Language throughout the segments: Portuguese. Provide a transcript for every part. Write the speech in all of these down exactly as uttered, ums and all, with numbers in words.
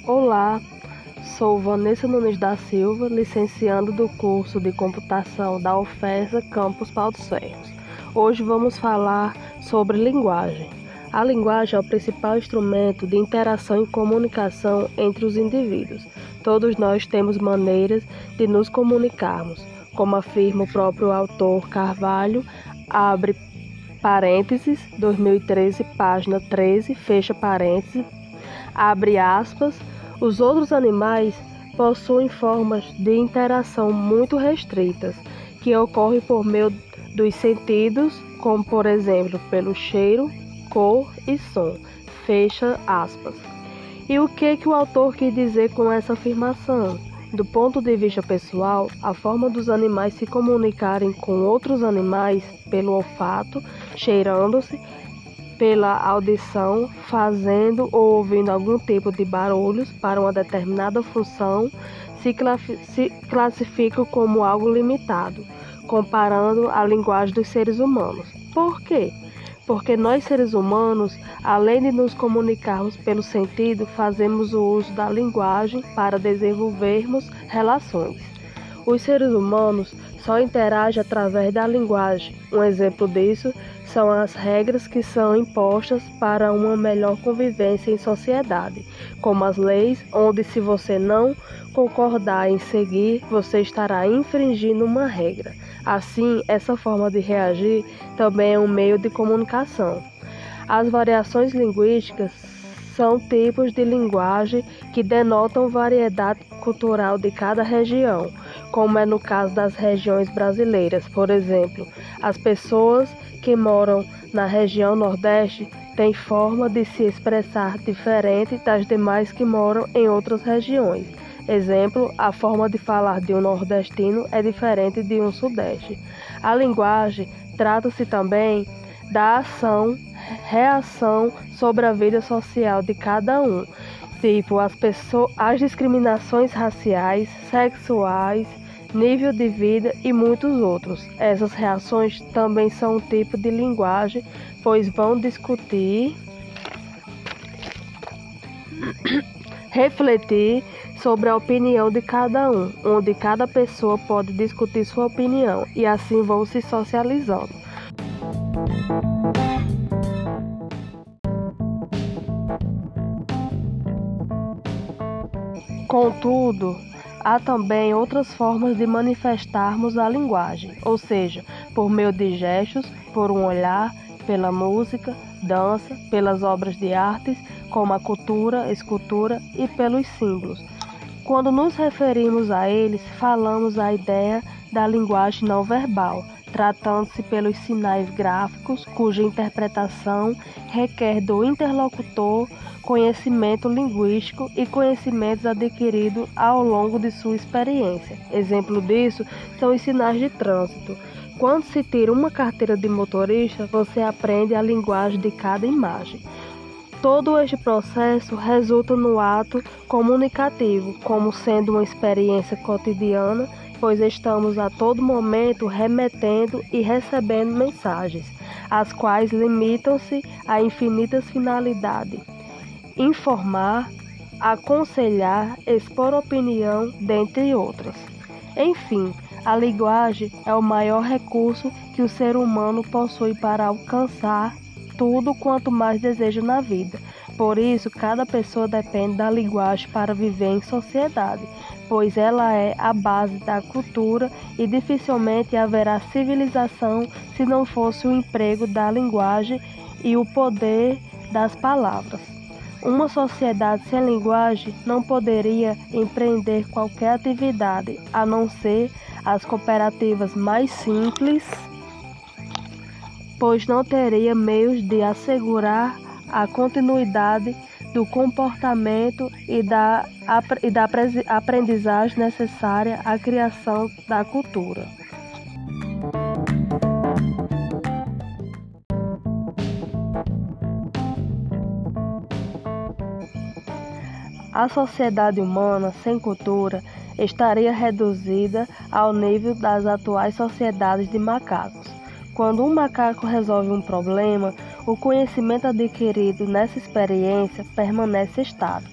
Olá, sou Vanessa Nunes da Silva, licenciando do curso de Computação da UFESA Campus Pau dos Ferros. Hoje vamos falar sobre linguagem. A linguagem é o principal instrumento de interação e comunicação entre os indivíduos. Todos nós temos maneiras de nos comunicarmos, como afirma o próprio autor Carvalho, abre parênteses, dois mil e treze, página treze, fecha parênteses, abre aspas. Os outros animais possuem formas de interação muito restritas, que ocorrem por meio dos sentidos, como por exemplo pelo cheiro, cor e som. Fecha aspas. E o que, que o autor quis dizer com essa afirmação? Do ponto de vista pessoal, a forma dos animais se comunicarem com outros animais pelo olfato, cheirando-se, pela audição, fazendo ou ouvindo algum tipo de barulhos para uma determinada função, se, se classificam como algo limitado, comparando a linguagem dos seres humanos. Por quê? Porque nós, seres humanos, além de nos comunicarmos pelo sentido, fazemos o uso da linguagem para desenvolvermos relações. Os seres humanos só interagem através da linguagem. Um exemplo disso são as regras que são impostas para uma melhor convivência em sociedade, como as leis, onde se você não concordar em seguir, você estará infringindo uma regra. Assim, essa forma de reagir também é um meio de comunicação. As variações linguísticas são tipos de linguagem que denotam variedade cultural de cada região, como é no caso das regiões brasileiras. Por exemplo, as pessoas que moram na região Nordeste têm forma de se expressar diferente das demais que moram em outras regiões. Exemplo, a forma de falar de um nordestino é diferente de um sudeste. A linguagem trata-se também da ação, reação sobre a vida social de cada um, tipo as, pessoas, as discriminações raciais, sexuais, nível de vida e muitos outros. Essas reações também são um tipo de linguagem, pois vão discutir, refletir sobre a opinião de cada um, onde cada pessoa pode discutir sua opinião e assim vão se socializando. Contudo, há também outras formas de manifestarmos a linguagem, ou seja, por meio de gestos, por um olhar, pela música, dança, pelas obras de artes, como a cultura, escultura e pelos símbolos. Quando nos referimos a eles, falamos a ideia da linguagem não verbal, tratando-se pelos sinais gráficos, cuja interpretação requer do interlocutor conhecimento linguístico e conhecimentos adquiridos ao longo de sua experiência. Exemplo disso são os sinais de trânsito. Quando se tira uma carteira de motorista, você aprende a linguagem de cada imagem. Todo este processo resulta no ato comunicativo, como sendo uma experiência cotidiana, pois estamos a todo momento remetendo e recebendo mensagens, as quais limitam-se a infinitas finalidades: informar, aconselhar, expor opinião, dentre outras. Enfim, a linguagem é o maior recurso que o ser humano possui para alcançar tudo quanto mais deseja na vida. Por isso, cada pessoa depende da linguagem para viver em sociedade, pois ela é a base da cultura e dificilmente haverá civilização se não fosse o emprego da linguagem e o poder das palavras. Uma sociedade sem linguagem não poderia empreender qualquer atividade, a não ser as cooperativas mais simples, pois não teria meios de assegurar a continuidade do comportamento e da, e da aprendizagem necessária à criação da cultura. A sociedade humana sem cultura estaria reduzida ao nível das atuais sociedades de macacos. Quando um macaco resolve um problema, o conhecimento adquirido nessa experiência permanece estático,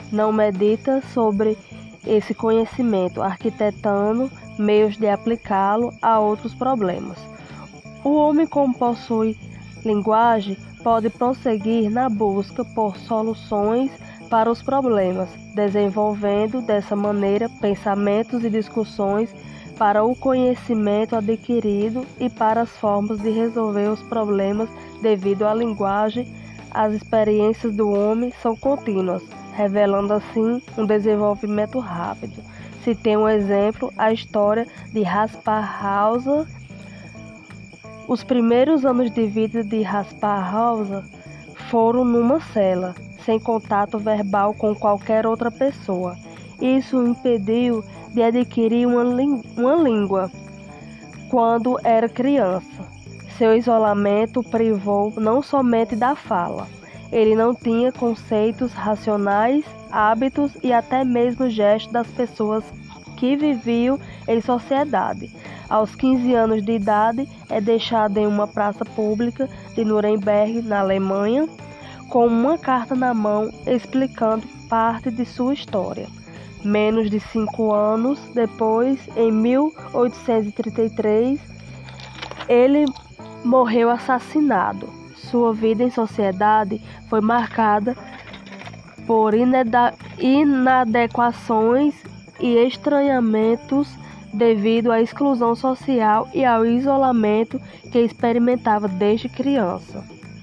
não medita sobre esse conhecimento, arquitetando meios de aplicá-lo a outros problemas. O homem, como possui linguagem, pode prosseguir na busca por soluções para os problemas, desenvolvendo dessa maneira pensamentos e discussões para o conhecimento adquirido e para as formas de resolver os problemas devido à linguagem. As experiências do homem são contínuas, revelando assim um desenvolvimento rápido. Se tem um exemplo, a história de Kaspar Hauser. Os primeiros anos de vida de Kaspar Hauser foram numa cela, sem contato verbal com qualquer outra pessoa. Isso o impediu de adquirir uma, uma língua quando era criança. Seu isolamento privou não somente da fala. Ele não tinha conceitos racionais, hábitos e até mesmo gestos das pessoas que viviam em sociedade. Aos quinze anos de idade, é deixado em uma praça pública de Nuremberg, na Alemanha, com uma carta na mão explicando parte de sua história. Menos de cinco anos depois, em mil oitocentos e trinta e três, ele morreu assassinado. Sua vida em sociedade foi marcada por inadequações e estranhamentos devido à exclusão social e ao isolamento que experimentava desde criança.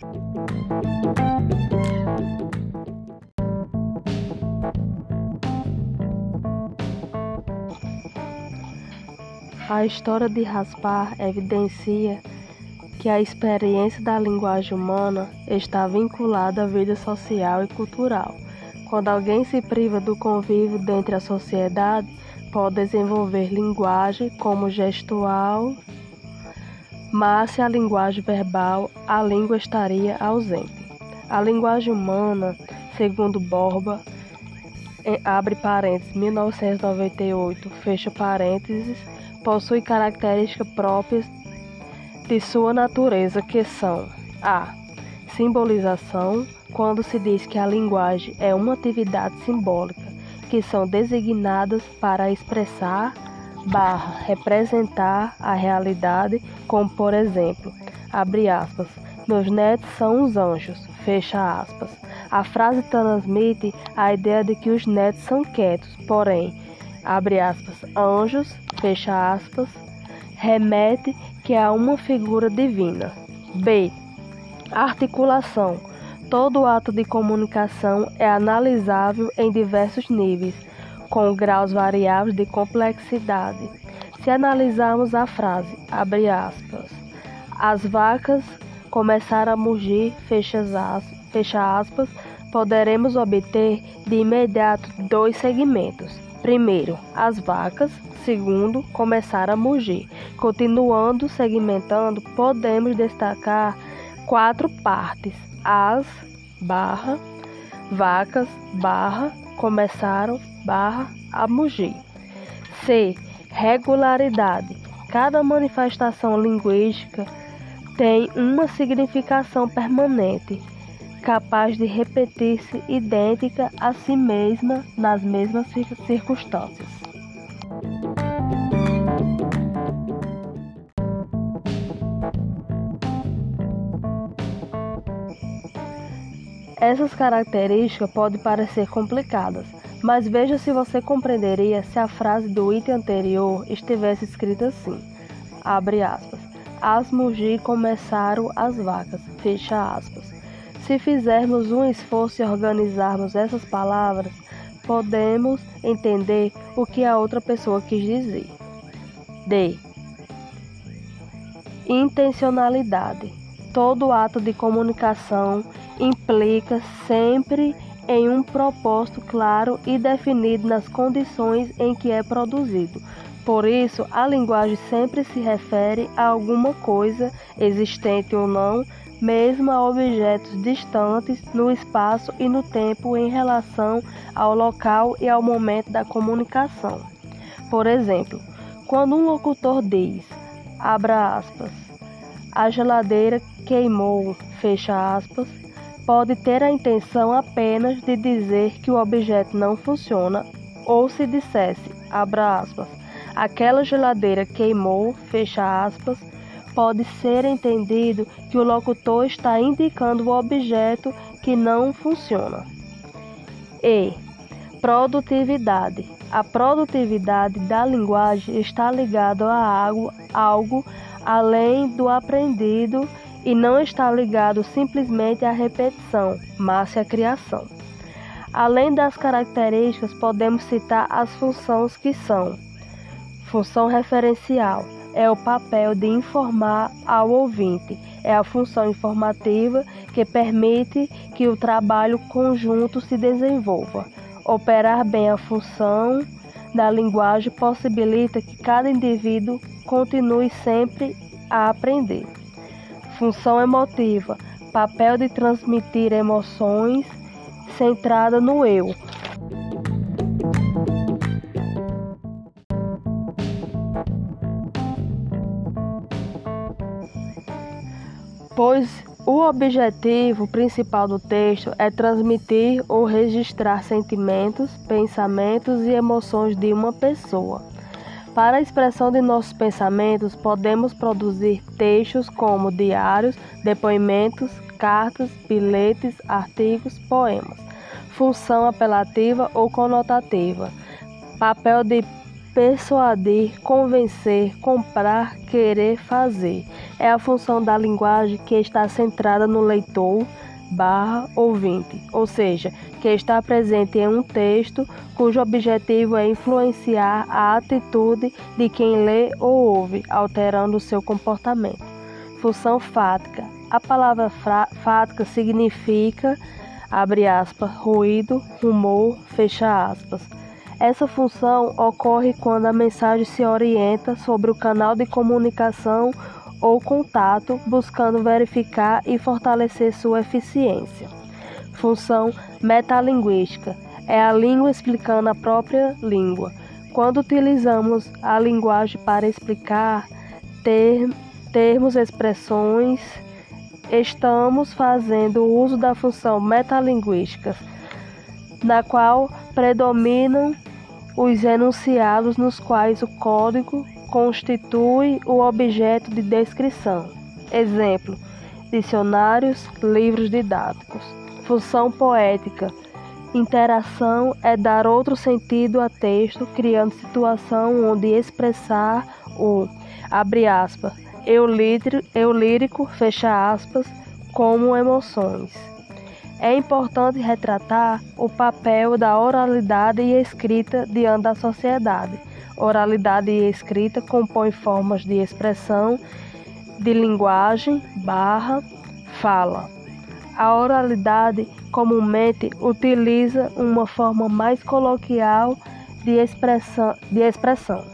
A história de Kaspar evidencia que a experiência da linguagem humana está vinculada à vida social e cultural. Quando alguém se priva do convívio dentro da sociedade, pode desenvolver linguagem como gestual, mas se a linguagem verbal, a língua estaria ausente. A linguagem humana, segundo Borba, abre parênteses, mil novecentos e noventa e oito, fecha parênteses, possui características próprias de sua natureza, que são a simbolização, quando se diz que a linguagem é uma atividade simbólica, que são designadas para expressar barra representar a realidade, como por exemplo, abre aspas, meus netos são os anjos, fecha aspas. A frase transmite a ideia de que os netos são quietos, porém, abre aspas, anjos, fecha aspas, remete que há uma figura divina. B. Articulação. Todo ato de comunicação é analisável em diversos níveis, com graus variáveis de complexidade. Se analisarmos a frase, abre aspas, as vacas começaram a mugir, fecha aspas, fecha aspas, poderemos obter de imediato dois segmentos. Primeiro, as vacas. Segundo, começar a mugir. Continuando segmentando, podemos destacar quatro partes. As, barra, vacas, barra, começaram, barra, a mugir. C. Regularidade. Cada manifestação linguística tem uma significação permanente, capaz de repetir-se idêntica a si mesma nas mesmas circunstâncias. Essas características podem parecer complicadas, mas veja se você compreenderia se a frase do item anterior estivesse escrita assim, abre aspas, as mugir começaram as vacas, fecha aspas. Se fizermos um esforço e organizarmos essas palavras, podemos entender o que a outra pessoa quis dizer. D. Intencionalidade. Todo ato de comunicação implica sempre em um propósito claro e definido nas condições em que é produzido. Por isso, a linguagem sempre se refere a alguma coisa, existente ou não, mesmo a objetos distantes no espaço e no tempo em relação ao local e ao momento da comunicação. Por exemplo, quando um locutor diz, abra aspas, a geladeira queimou, fecha aspas, pode ter a intenção apenas de dizer que o objeto não funciona, ou se dissesse, abra aspas, aquela geladeira queimou, fecha aspas, pode ser entendido que o locutor está indicando o objeto que não funciona. E produtividade. A produtividade da linguagem está ligada a algo, algo além do aprendido e não está ligado simplesmente à repetição, mas à criação. Além das características, podemos citar as funções que são: função referencial é o papel de informar ao ouvinte, é a função informativa que permite que o trabalho conjunto se desenvolva. Operar bem a função da linguagem possibilita que cada indivíduo continue sempre a aprender. Função emotiva, papel de transmitir emoções centrada no eu. Pois o objetivo principal do texto é transmitir ou registrar sentimentos, pensamentos e emoções de uma pessoa. Para a expressão de nossos pensamentos, podemos produzir textos como diários, depoimentos, cartas, bilhetes, artigos, poemas. Função apelativa ou conotativa, papel de persuadir, convencer, comprar, querer, fazer. É a função da linguagem que está centrada no leitor barra ouvinte, ou seja, que está presente em um texto cujo objetivo é influenciar a atitude de quem lê ou ouve, alterando o seu comportamento. Função fática. A palavra fática significa, abre aspas, ruído, rumor, fecha aspas. Essa função ocorre quando a mensagem se orienta sobre o canal de comunicação ou contato, buscando verificar e fortalecer sua eficiência. Função metalinguística é a língua explicando a própria língua. Quando utilizamos a linguagem para explicar ter, termos, expressões, estamos fazendo uso da função metalinguística, na qual predominam os enunciados nos quais o código constitui o objeto de descrição. Exemplo: dicionários, livros didáticos. Função poética. Interação é dar outro sentido a texto, criando situação onde expressar o, abre aspas, eu, lírico, eu lírico, fecha aspas, como emoções. É importante retratar o papel da oralidade e escrita diante da sociedade. Oralidade e escrita compõem formas de expressão de linguagem barra fala. A oralidade comumente utiliza uma forma mais coloquial de expressão. De expressão.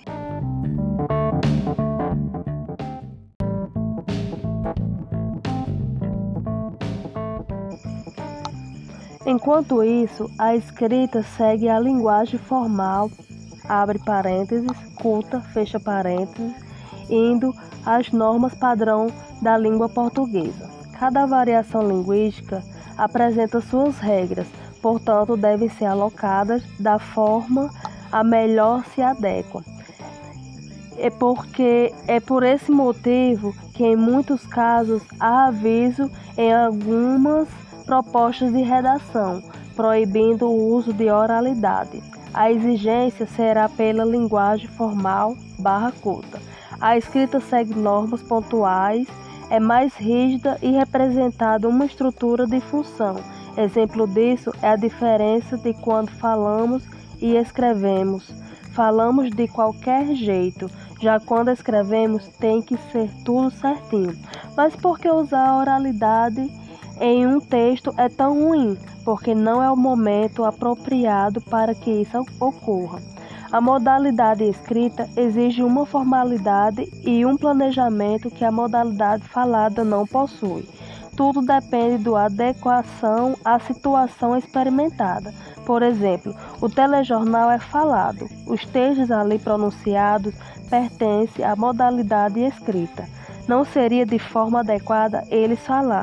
Enquanto isso, a escrita segue a linguagem formal, abre parênteses, culta, fecha parênteses, indo às normas padrão da língua portuguesa. Cada variação linguística apresenta suas regras, portanto, devem ser alocadas da forma a melhor se adequa. É porque é por esse motivo que em muitos casos há aviso em algumas propostas de redação, proibindo o uso de oralidade. A exigência será pela linguagem formal barra culta. A escrita segue normas pontuais, é mais rígida e representada uma estrutura de função. Exemplo disso é a diferença de quando falamos e escrevemos. Falamos de qualquer jeito, já quando escrevemos tem que ser tudo certinho. Mas por que usar a oralidade em um texto é tão ruim? Porque não é o momento apropriado para que isso ocorra. A modalidade escrita exige uma formalidade e um planejamento que a modalidade falada não possui. Tudo depende da adequação à situação experimentada. Por exemplo, o telejornal é falado. Os textos ali pronunciados pertencem à modalidade escrita. Não seria de forma adequada eles falarem.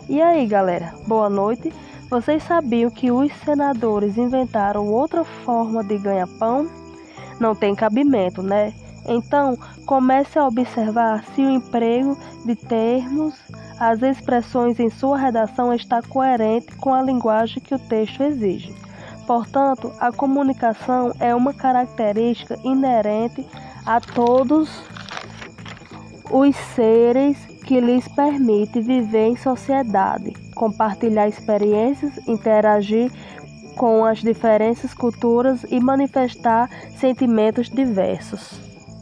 E aí, galera, boa noite. Vocês sabiam que os senadores inventaram outra forma de ganhar pão? Não tem cabimento, né? Então, comece a observar se o emprego de termos, as expressões em sua redação está coerente com a linguagem que o texto exige. Portanto, a comunicação é uma característica inerente a todos os seres que lhes permite viver em sociedade, compartilhar experiências, interagir com as diferentes culturas e manifestar sentimentos diversos.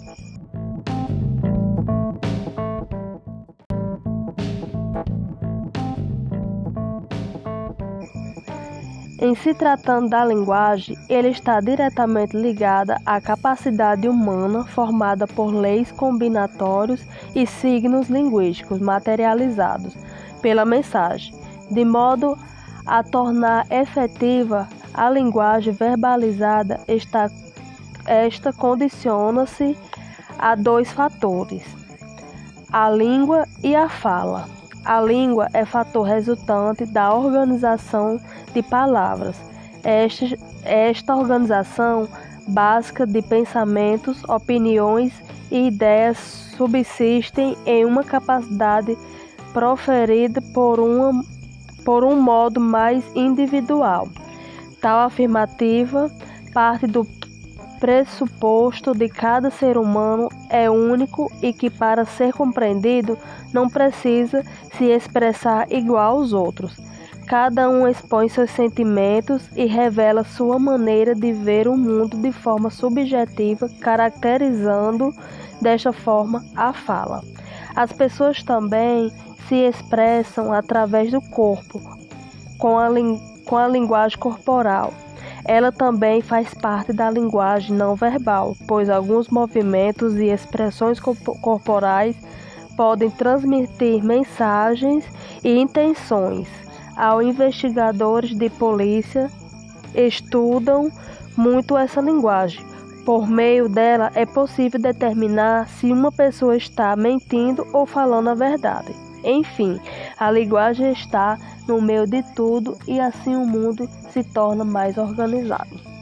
Em se tratando da linguagem, ele está diretamente ligada à capacidade humana formada por leis combinatórios e signos linguísticos materializados pela mensagem, de modo a tornar efetiva a linguagem verbalizada. Esta, esta condiciona-se a dois fatores: a língua e a fala. A língua é fator resultante da organização de palavras. Esta, esta organização básica de pensamentos, opiniões e ideias subsistem em uma capacidade proferida por, uma, por um modo mais individual. Tal afirmativa parte do pressuposto de cada ser humano é único e que, para ser compreendido, não precisa se expressar igual aos outros. Cada um expõe seus sentimentos e revela sua maneira de ver o mundo de forma subjetiva, caracterizando desta forma a fala. As pessoas também se expressam através do corpo, com a, com a linguagem corporal. Ela também faz parte da linguagem não verbal, pois alguns movimentos e expressões corporais podem transmitir mensagens e intenções. Ao investigadores de polícia estudam muito essa linguagem. Por meio dela é possível determinar se uma pessoa está mentindo ou falando a verdade. Enfim, a linguagem está no meio de tudo e assim o mundo se torna mais organizado.